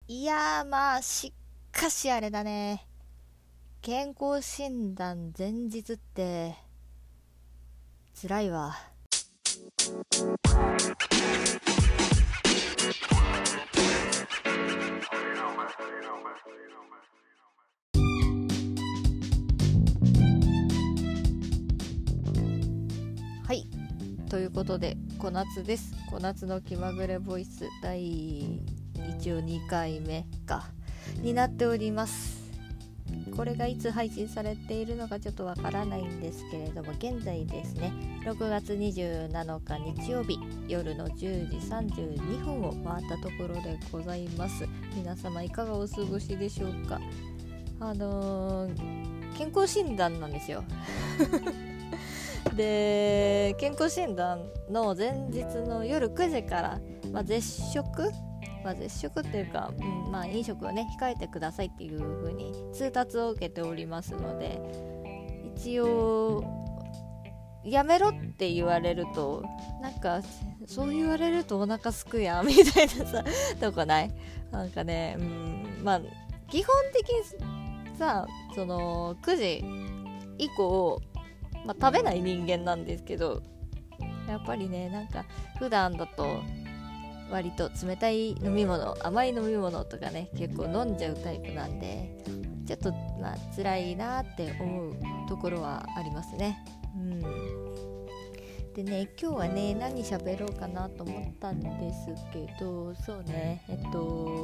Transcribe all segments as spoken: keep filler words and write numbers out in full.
いやーまあしかしあれだね、健康診断前日って辛いわ。はい、ということで小夏です。小夏の気まぐれボイス第一応にかいめかになっております。これがいつ配信されているのかちょっとわからないんですけれども、現在ですねろくがつにじゅうなのか日曜日夜のじゅうじさんじゅうにふんを回ったところでございます。皆様いかがお過ごしでしょうか。あのー、健康診断なんですよで健康診断の前日の夜くじから、まあ、絶食まあ、絶食っていうか、うんまあ、飲食をね控えてくださいっていう風に通達を受けておりますので、一応やめろって言われるとなんかそう言われるとお腹すくやんみたいなさとこない？なんかね、うんまあ基本的にさ、そのくじ以降、まあ、食べない人間なんですけど、やっぱりねなんか普段だと割と冷たい飲み物、甘い飲み物とかね結構飲んじゃうタイプなんで、ちょっとまあ辛いなって思うところはありますね。うんでね、今日はね何喋ろうかなと思ったんですけど、そうねえっ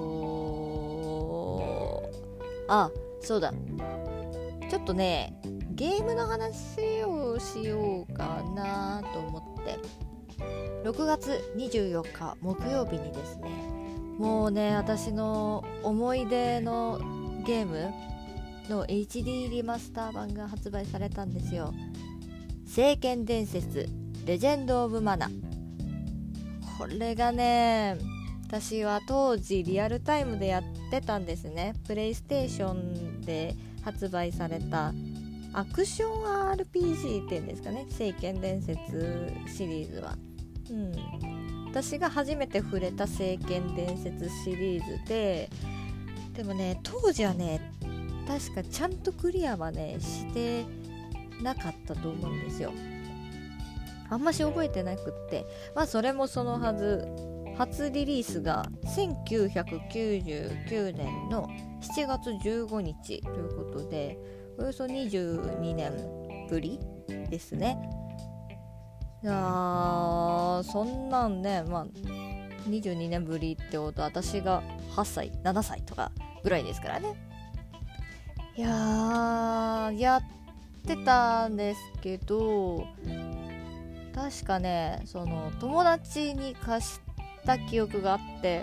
とあそうだちょっとねゲームの話をしようかなと思って、ろくがつにじゅうよっか木曜日にですね、もうね私の思い出のゲームの エイチディー リマスター版が発売されたんですよ。聖剣伝説レジェンド・オブ・マナ。これがね私は当時リアルタイムでやってたんですね。プレイステーションで発売されたアクション アールピージー っていうんですかね、聖剣伝説シリーズは、うん、私が初めて触れた聖剣伝説シリーズで、でもね当時はね確かちゃんとクリアはねしてなかったと思うんですよ。あんまし覚えてなくって、まあそれもそのはず、初リリースがせんきゅうひゃくきゅうじゅうきゅうねんのしちがつじゅうごにちということで、およそにじゅうにねんぶりですね。いやーそんなんね、まあにじゅうにねんぶりってことは私がはっさいななさいとかぐらいですからね。いやーやってたんですけど、確かねその友達に貸した記憶があって、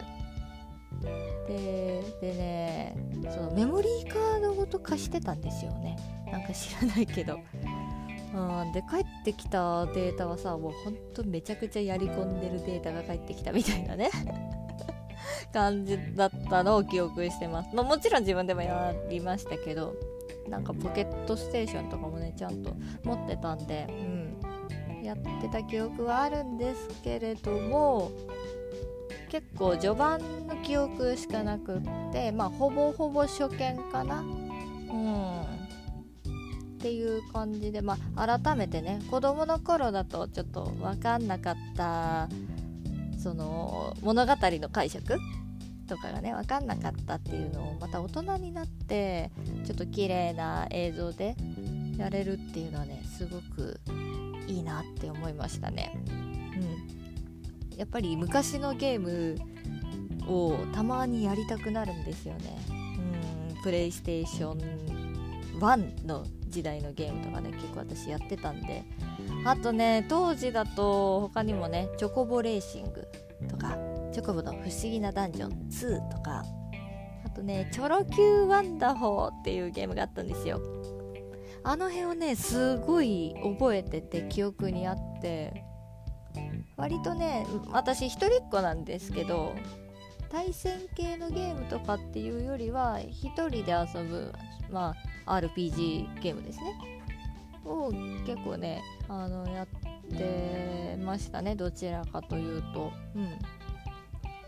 ででねそのメモリーカードごと貸してたんですよね。なんか知らないけど、うん、で帰ってきたデータはさ、もうほんとめちゃくちゃやり込んでるデータが返ってきたみたいなね感じだったのを記憶してます。まあ、もちろん自分でもやりましたけど、なんかポケットステーションとかもねちゃんと持ってたんで、うん、やってた記憶はあるんですけれども、結構序盤の記憶しかなくって、まあほぼほぼ初見かな、うんっていう感じで、まあ改めてね子供の頃だとちょっと分かんなかったその物語の解釈とかがね分かんなかったっていうのを、また大人になってちょっと綺麗な映像でやれるっていうのはねすごくいいなって思いましたね。うん、やっぱり昔のゲームをたまにやりたくなるんですよね。うん、プレイステーションワンの時代のゲームとかね結構私やってたんで、あとね当時だと他にもねチョコボレーシングとかチョコボの不思議なダンジョンツーとか、あとねチョロ Q ワンダホーっていうゲームがあったんですよ。あの辺をねすごい覚えてて記憶にあって、割とね私一人っ子なんですけど、対戦系のゲームとかっていうよりは一人で遊ぶ、まあ アールピージー ゲームですねを結構ねあのやってましたね、どちらかというと。うん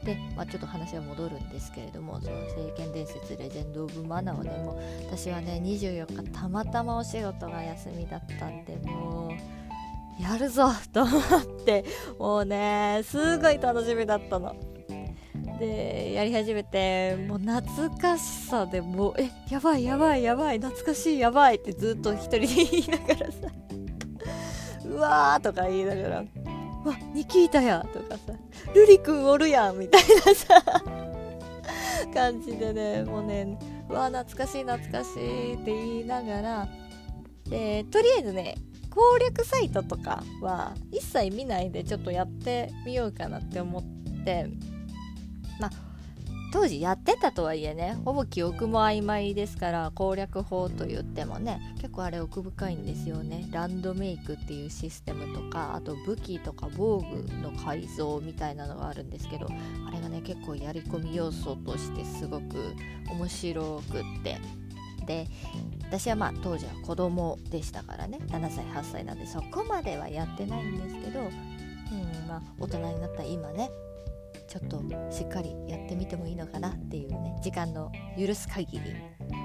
で、まあ、ちょっと話は戻るんですけれども、その聖剣伝説レジェンド・オブ・マナーはね、もう私はねにじゅうよっかたまたまお仕事が休みだったんで、もうやるぞと思ってもうねすごい楽しみだったので、やり始めて、もう懐かしさでもうえやばいやばいやばい懐かしいやばいってずっと一人で言いながらさうわーとか言いながら、わニキータやとかさ、ルリくんおるやんみたいなさ感じでね、もうねうわ懐かしい懐かしいって言いながら、でとりあえずね攻略サイトとかは一切見ないでちょっとやってみようかなって思って、まあ当時やってたとはいえね、ほぼ記憶も曖昧ですから、攻略法と言ってもね結構あれ奥深いんですよね。ランドメイクっていうシステムとか、あと武器とか防具の改造みたいなのがあるんですけど、あれがね結構やり込み要素としてすごく面白くって、で私はまあ当時は子供でしたからね、ななさいはっさいなんでそこまではやってないんですけど、うんまあ大人になった今ねちょっとしっかりやってみてもいいのかなっていうね、時間の許す限りちょっと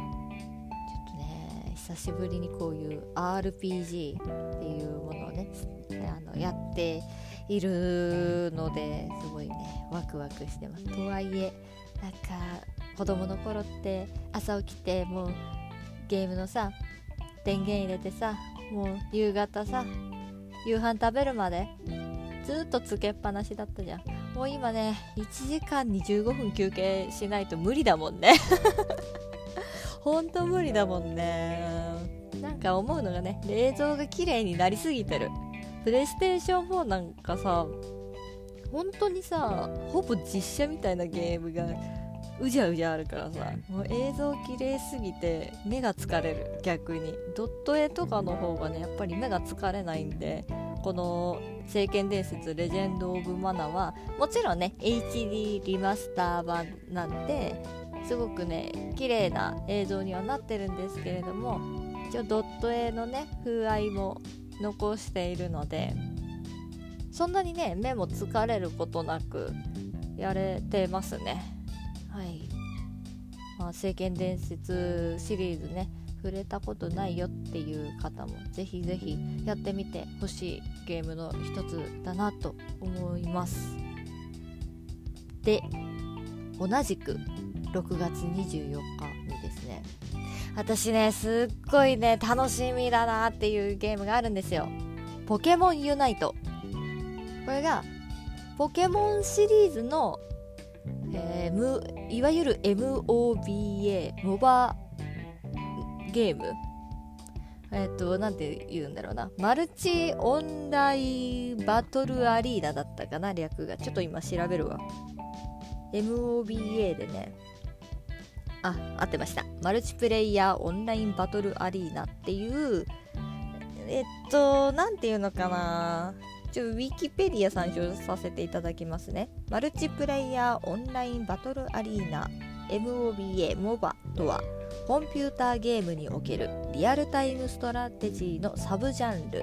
ね久しぶりにこういう アールピージー っていうものをねあのやっているので、すごいねワクワクしてます。とはいえなんか子供の頃って朝起きてもうゲームのさ電源入れてさ、もう夕方さ夕飯食べるまでずっとつけっぱなしだったじゃん。もう今ねいちじかんにじゅうごふん休憩しないと無理だもんねほんと無理だもんね。なんか思うのがね、冷蔵が綺麗になりすぎてる。プレイステーションフォーなんかさ本当にさほぼ実写みたいなゲームがうじゃうじゃあるからさ、もう映像綺麗すぎて目が疲れる。逆にドット絵とかの方がねやっぱり目が疲れないんで、この聖剣伝説レジェンド・オブ・マナはもちろんね エイチディー リマスター版なんですごくね綺麗な映像にはなってるんですけれども、一応ドット絵のね風合いも残しているので、そんなにね目も疲れることなくやれてますね。はい、まあ、聖剣伝説シリーズね触れたことないよっていう方もぜひぜひやってみてほしいゲームの一つだなと思います。で同じくろくがつにじゅうよっかにですね、私ねすっごいね楽しみだなっていうゲームがあるんですよ。ポケモンユナイト。これがポケモンシリーズの、えー、むいわゆる エムオービーエー モバゲーム、えっとなんて言うんだろうな、マルチオンラインバトルアリーナだったかな、略が。ちょっと今調べるわ。 エムオービーエー でね、あ、合ってました。マルチプレイヤーオンラインバトルアリーナっていう、えっとなんていうのかな、ちょっとウィキペディア参照させていただきますね。マルチプレイヤーオンラインバトルアリーナ エムオービーエー モバとは、コンピューターゲームにおけるリアルタイムストラテジーのサブジャンル。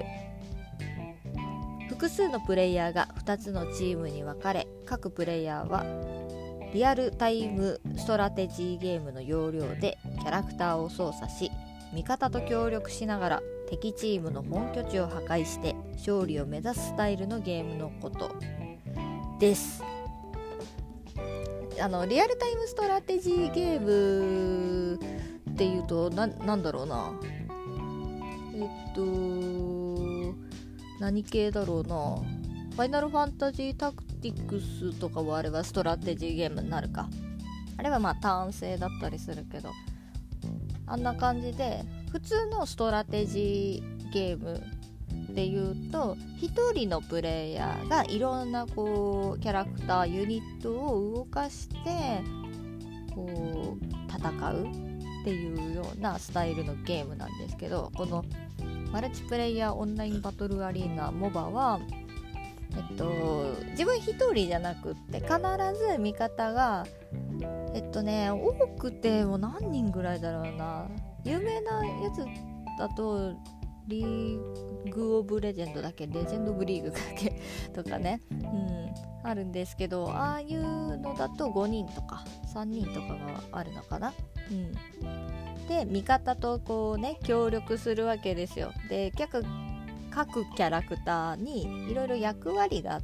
複数のプレイヤーがふたつのチームに分かれ、各プレイヤーはリアルタイムストラテジーゲームの要領でキャラクターを操作し、味方と協力しながら敵チームの本拠地を破壊して勝利を目指すスタイルのゲームのことです。あのリアルタイムストラテジーゲームっていうと な, なんだろうなえっと何系だろうな。ファイナルファンタジータクティックスとかはあれはストラテジーゲームになるか。あれはまあターン制だったりするけど、あんな感じで普通のストラテジーゲームでいうと、ひとりのプレイヤーがいろんなこうキャラクターユニットを動かしてこう戦うっていうようなスタイルのゲームなんですけど、このマルチプレイヤーオンラインバトルアリーナモバは、えっと、自分一人じゃなくって必ず味方がえっとね多くても何人ぐらいだろうな。有名なやつだとリーグオブレジェンドだっけ、レジェンドオブリーグだっけとかね、うん、 あるんですけど、ああいうのだとごにんとかさんにんとかがあるのかな。うん、で味方とこうね協力するわけですよ。で各各キャラクターにいろいろ役割があって、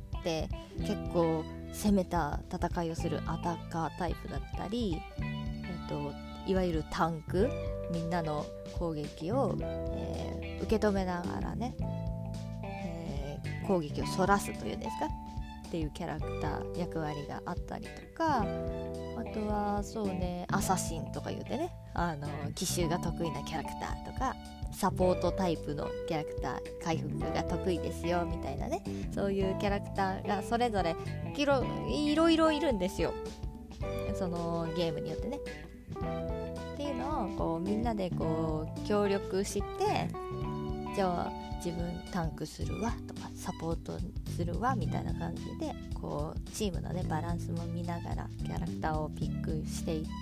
結構攻めた戦いをするアタッカータイプだったり、えっと、いわゆるタンク、みんなの攻撃を、えー、受け止めながらね、えー、攻撃をそらすというんですかっていうキャラクター役割があったりとか、あとはそうねアサシンとか言うてね、あの奇襲が得意なキャラクターとか、サポートタイプのキャラクター回復が得意ですよみたいなね、そういうキャラクターがそれぞれいろいろいろいるんですよ、そのゲームによってね。っていうのをこうみんなでこう協力して、じゃあ自分タンクするわとかサポートするわみたいな感じで、こうチームのねバランスも見ながらキャラクターをピックしていって、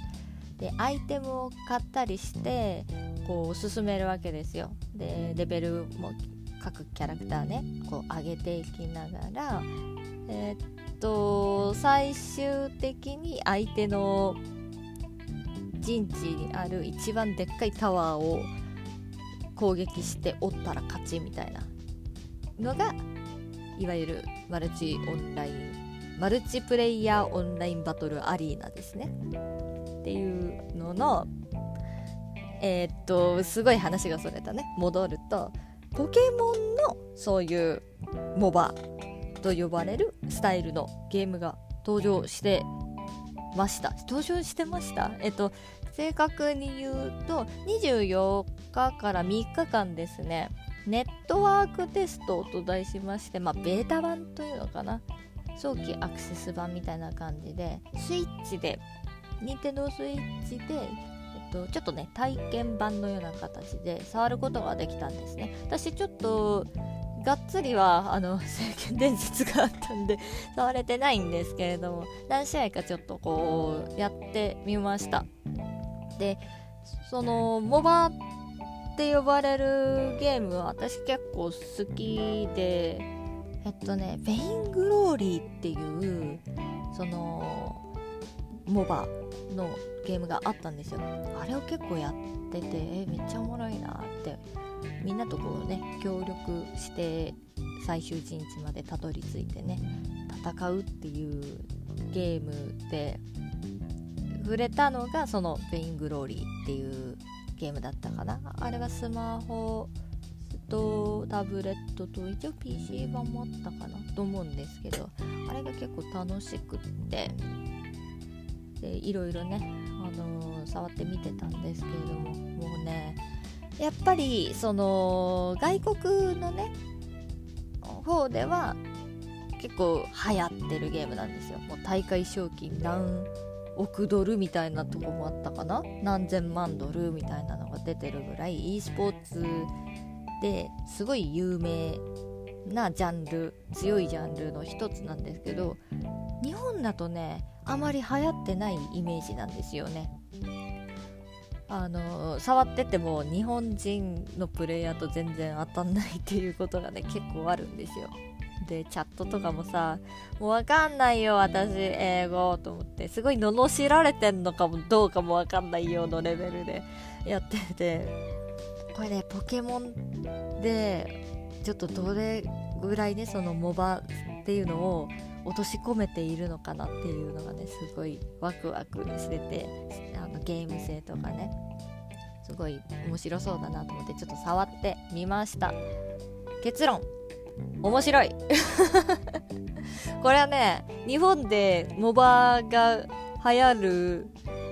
でアイテムを買ったりしてこう進めるわけですよ。でレベルも各キャラクターねこう上げていきながら、えー、っと最終的に相手の陣地にある一番でっかいタワーを攻撃して折ったら勝ちみたいなのが、いわゆるマルチオンラインマルチプレイヤーオンラインバトルアリーナですねっていうのの、えー、っとすごい話がそれたね。戻るとポケモンのそういうモバと呼ばれるスタイルのゲームが登場してました登場してましたえっと正確に言うとにじゅうよっかからみっかかんですね、ネットワークテストと題しまして、まあ、ベータ版というのかな、早期アクセス版みたいな感じで、スイッチで任天堂スイッチで、えっと、ちょっとね体験版のような形で触ることができたんですね。私ちょっとがっつりはあの聖剣伝説があったんで触れてないんですけれども、何試合かちょっとこうやってみました。でそのモバって呼ばれるゲームは私結構好きで、えっとねベイングローリーっていうそのモバのゲームがあったんですよ。あれを結構やってて、えめっちゃおもろいなってみんなとこうね協力して最終陣地までたどり着いてね戦うっていうゲームで触れたのがそのベイングローリーっていうゲームだったかな。あれはスマホとタブレットと一応 ピーシー 版もあったかなと思うんですけど、あれが結構楽しくってでいろいろね、あのー、触ってみてたんですけれども、もうねやっぱりその外国のね方では結構流行ってるゲームなんですよ。もう大会賞金何億ドルみたいなとこもあったかな、何千万ドルみたいなのが出てるぐらい e スポーツですごい有名なジャンル、強いジャンルの一つなんですけど、日本だとねあまり流行ってないイメージなんですよね。あの触ってても日本人のプレイヤーと全然当たんないっていうことがね結構あるんですよ。でチャットとかもさ、もうわかんないよ私英語と思って、すごい罵られてんのかもどうかもわかんないようなレベルでやってて、これねポケモンでちょっとどれぐらいねそのモバっていうのを落とし込めているのかなっていうのがねすごいワクワクしてて、あのゲーム性とかねすごい面白そうだなと思ってちょっと触ってみました。結論面白いこれはね日本でモバが流行る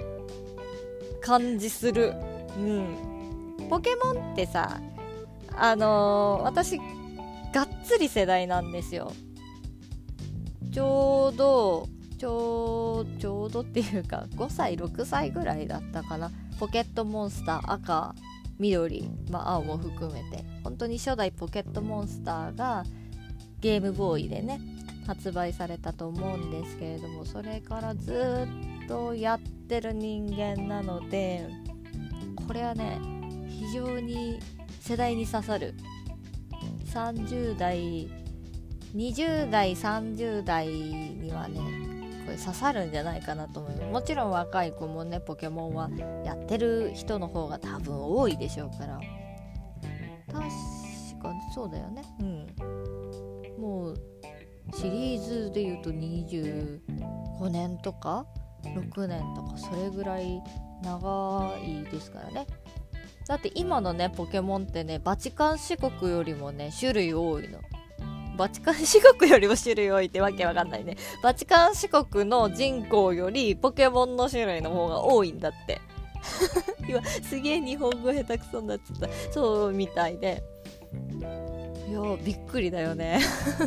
感じする。うんポケモンってさ、あのー、私がっつり世代なんですよ。ちょうどちょうちょうどっていうかごさいろくさいぐらいだったかな。ポケットモンスター赤緑、まあ、青も含めて本当に初代ポケットモンスターがゲームボーイでね発売されたと思うんですけれども、それからずっとやってる人間なので、これはね非常に世代に刺さる。さんじゅう代にじゅう代さんじゅう代にはねこれ刺さるんじゃないかなと思う。もちろん若い子もねポケモンはやってる人の方が多分多いでしょうから。確かにそうだよね。うんもうシリーズでいうとにじゅうごねんとかろくねんとかそれぐらい長いですからね。だって今のねポケモンってねバチカン四国よりもね種類多いの。バチカン四国よりも種類多いってわけわかんないね。バチカン四国の人口よりポケモンの種類の方が多いんだって今すげえ日本語下手くそになっちゃった。そうみたいで、いやびっくりだよね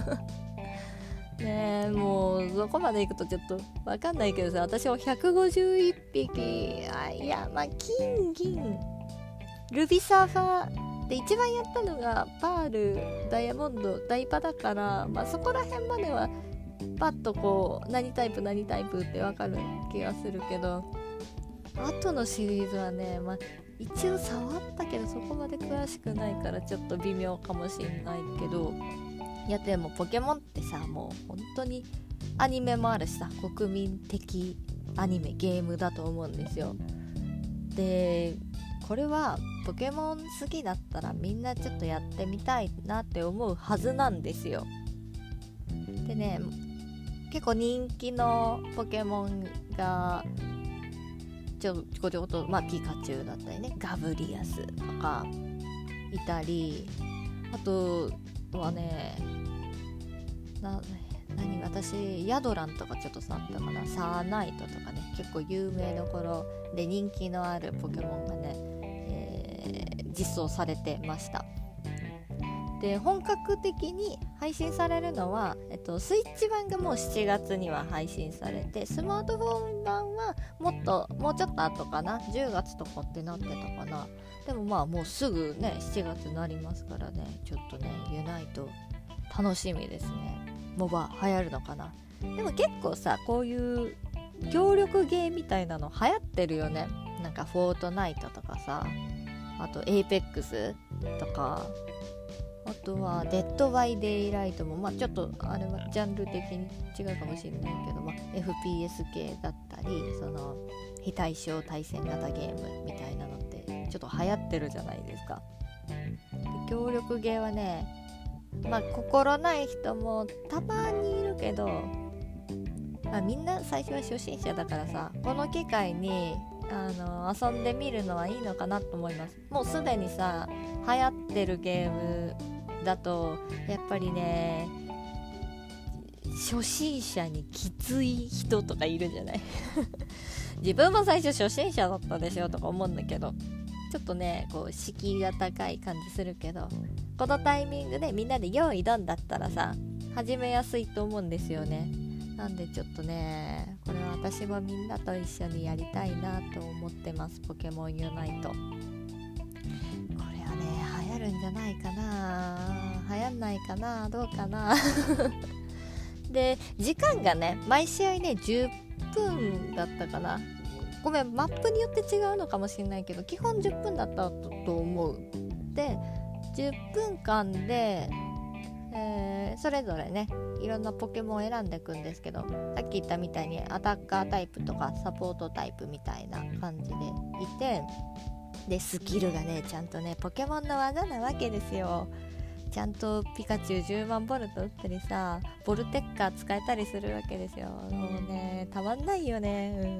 ねえもうそこまでいくとちょっとわかんないけどさ、私もひゃくごじゅういっぴき、あいやまあ金銀ルビサファで一番やったのがパールダイヤモンドダイパだから、まあ、そこら辺まではパッとこう何タイプ何タイプってわかる気がするけど、後のシリーズはね、まあ、一応触ったけどそこまで詳しくないからちょっと微妙かもしんないけど、いやでもポケモンってさもう本当にアニメもあるしさ国民的アニメゲームだと思うんですよ。でこれはポケモン好きだったらみんなちょっとやってみたいなって思うはずなんですよ。でね結構人気のポケモンがちょこちょこと、まあ、ピカチュウだったりねガブリアスとかいたり、あとはねな何私ヤドランとかちょっと触ったかな、サーナイトとかね結構有名どころで人気のあるポケモンがね、えー、実装されてました。で本格的に配信されるのは、えっと、スイッチ版がもうしちがつには配信されて、スマートフォン版はもっともうちょっと後かな、じゅうがつとかってなってたかな。でもまあもうすぐねしちがつになりますからね、ちょっとねユナイト楽しみですね。モバ流行るのかな。でも結構さこういう協力ゲーみたいなの流行ってるよね。なんかフォートナイトとかさ、あとエイペックスとか、あとはデッドバイデイライトも、まあ、ちょっとあれはジャンル的に違うかもしれないけど、まあ、エフピーエス 系だったりその非対称対戦型ゲームみたいなのってちょっと流行ってるじゃないですか。で協力ゲーはね、まあ心ない人もたまにいるけど、まあ、みんな最初は初心者だからさ、この機会にあの遊んでみるのはいいのかなと思います。もうすでにさ流行ってるゲームだとやっぱりね初心者にきつい人とかいるじゃない自分も最初初心者だったでしょとか思うんだけど、ちょっとねこう敷居が高い感じするけど、このタイミングでみんなで用意ドンだったらさ始めやすいと思うんですよね。なんでちょっとねこれは私もみんなと一緒にやりたいなと思ってます。ポケモンユナイトこれはね流行るんじゃないかな、流行んないかな、どうかなで時間がね毎試合ねじゅっぷんだったかな、ごめんマップによって違うのかもしれないけど基本じゅっぷんだったと思う。でじゅっぷんかんで、えー、それぞれねいろんなポケモンを選んでいくんですけど、さっき言ったみたいにアタッカータイプとかサポートタイプみたいな感じでいて、でスキルがねちゃんとねポケモンの技なわけですよ。ちゃんとピカチュウじゅうまんボルト打ったりさボルテッカー使えたりするわけですよ。もうねたまんないよね、うん、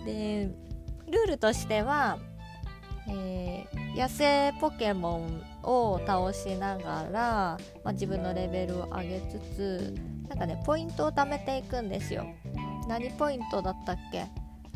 でルールとしては、えー、野生ポケモンを倒しながら、まあ、自分のレベルを上げつつなんかねポイントを貯めていくんですよ。何ポイントだったっけ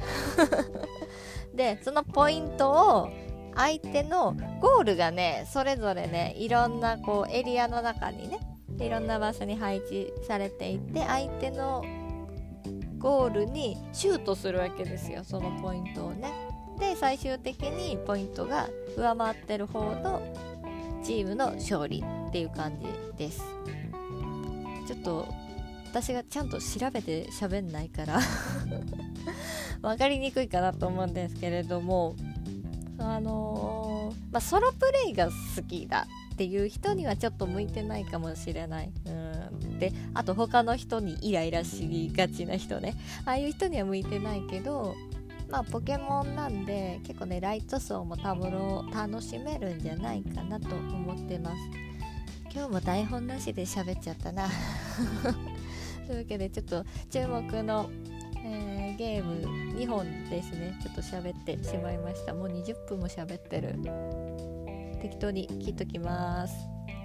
でそのポイントを相手のゴールがねそれぞれねいろんなこうエリアの中にねいろんな場所に配置されていて、相手のゴールにシュートするわけですよ、そのポイントをね。で最終的にポイントが上回ってる方のチームの勝利っていう感じです。ちょっと私がちゃんと調べて喋んないから分かりにくいかなと思うんですけれども、あのーまあ、ソロプレイが好きだっていう人にはちょっと向いてないかもしれない。うんんで、あと他の人にイライラしがちな人ね、ああいう人には向いてないけど、まあポケモンなんで結構ねライト層も多分楽しめるんじゃないかなと思ってます。今日も台本なしで喋っちゃったなというわけでちょっと注目の、えー、ゲームにほんですね、ちょっと喋ってしまいました。もうにじゅっぷんも喋ってる。適当に切っときます。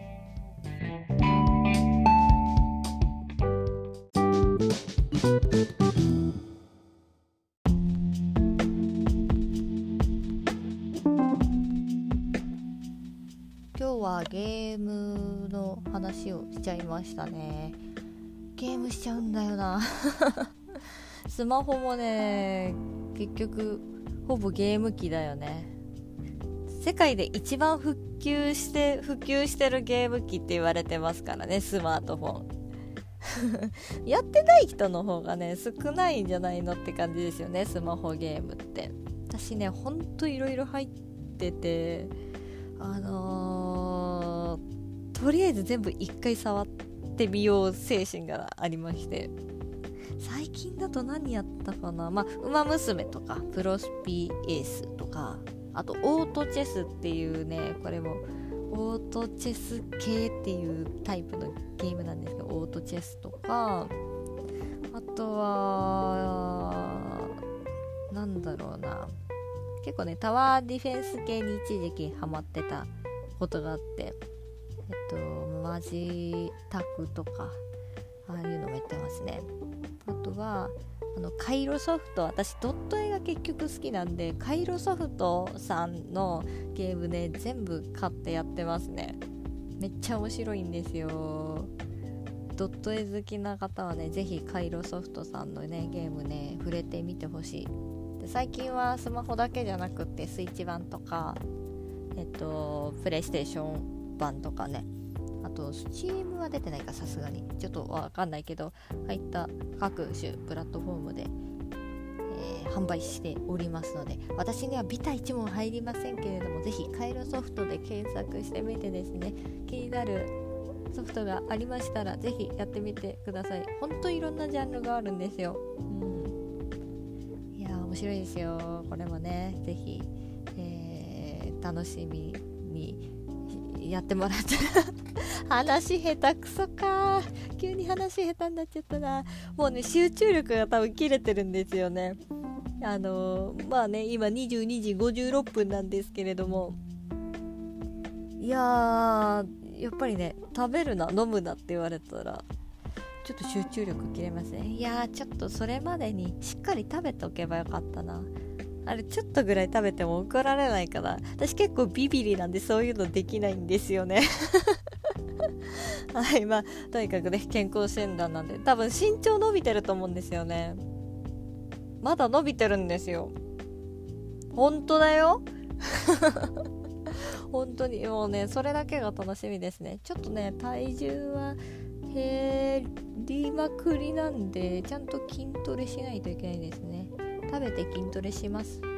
今日はゲームの話をしちゃいましたね。ゲームしちゃうんだよなスマホもね結局ほぼゲーム機だよね。世界で一番普及して普及してるゲーム機って言われてますからね、スマートフォンやってない人の方がね少ないんじゃないのって感じですよね、スマホゲームって。私ねほんといろいろ入ってて、あのー、とりあえず全部一回触ってみよう精神がありまして、最近だと何やったかな、まあウマ娘とかプロスピエースとか、あとオートチェスっていうね、これもオートチェス系っていうタイプのゲームなんですけど、オートチェスとか、あとはなんだろうな、結構ねタワーディフェンス系に一時期ハマってたことがあって、えっとマジタクとかああいうのもやってますね。あとはあのカイロソフト、私ドット絵が結局好きなんで、カイロソフトさんのゲームね全部買ってやってますね。めっちゃ面白いんですよ。ドット絵好きな方はねぜひカイロソフトさんのねゲームね触れてみてほしい。で最近はスマホだけじゃなくってスイッチ版とか、えっとプレイステーション版とかね、あとスチームは出てないか、さすがにちょっとわかんないけど入った各種プラットフォームで、えー、販売しておりますので、私にはビタいちもん入りませんけれども、ぜひカイロソフトで検索してみてですね、気になるソフトがありましたらぜひやってみてください。ほんといろんなジャンルがあるんですよ、うん、いや面白いですよ。これもねぜひ、えー、楽しみにやってもらったら話下手くそか、急に話下手になっちゃったな。もうね集中力が多分切れてるんですよね。あのー、まあね今にじゅうにじごじゅうろっぷんなんですけれども、いやーやっぱりね食べるな飲むなって言われたらちょっと集中力切れますね。いやーちょっとそれまでにしっかり食べておけばよかったな。あれちょっとぐらい食べても怒られないかな。私結構ビビリなんでそういうのできないんですよねはい、まあとにかくね健康診断なんで、多分身長伸びてると思うんですよね。まだ伸びてるんですよ、本当だよ本当にもうねそれだけが楽しみですね。ちょっとね体重は減りまくりなんで、ちゃんと筋トレしないといけないですね。食べて筋トレします。うん。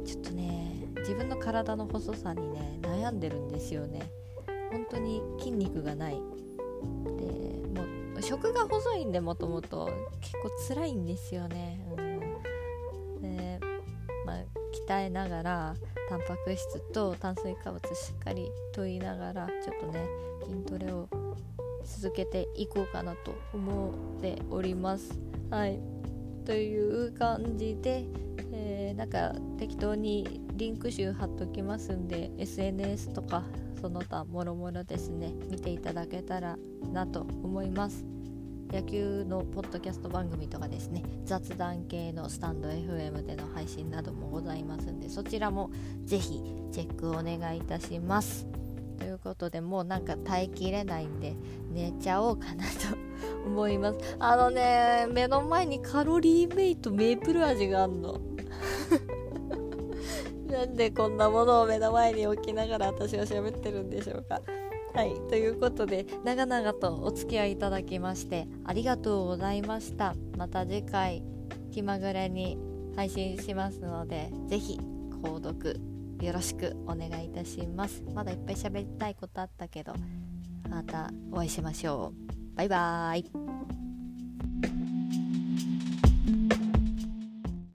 ちょっとね自分の体の細さにね悩んでるんですよね。本当に筋肉がない。でもう食が細いんでもともと結構辛いんですよね。うん。でまあ鍛えながらタンパク質と炭水化物しっかり取りながらちょっとね筋トレを続けていこうかなと思っております。はい。という感じで、えー、なんか適当にリンク集貼っときますんで エスエヌエス とかその他もろもろですね見ていただけたらなと思います。野球のポッドキャスト番組とかですね、雑談系のスタンド エフエム での配信などもございますんで、そちらもぜひチェックお願いいたします。ということでもうなんか耐えきれないんで寝ちゃおうかなと思います。あのね目の前にカロリーメイトメープル味があんのなんでこんなものを目の前に置きながら私は喋ってるんでしょうか。はい、ということで長々とお付き合いいただきましてありがとうございました。また次回気まぐれに配信しますのでぜひ購読よろしくお願いいたします。まだいっぱい喋りたいことあったけどまたお会いしましょう。バイバーイ。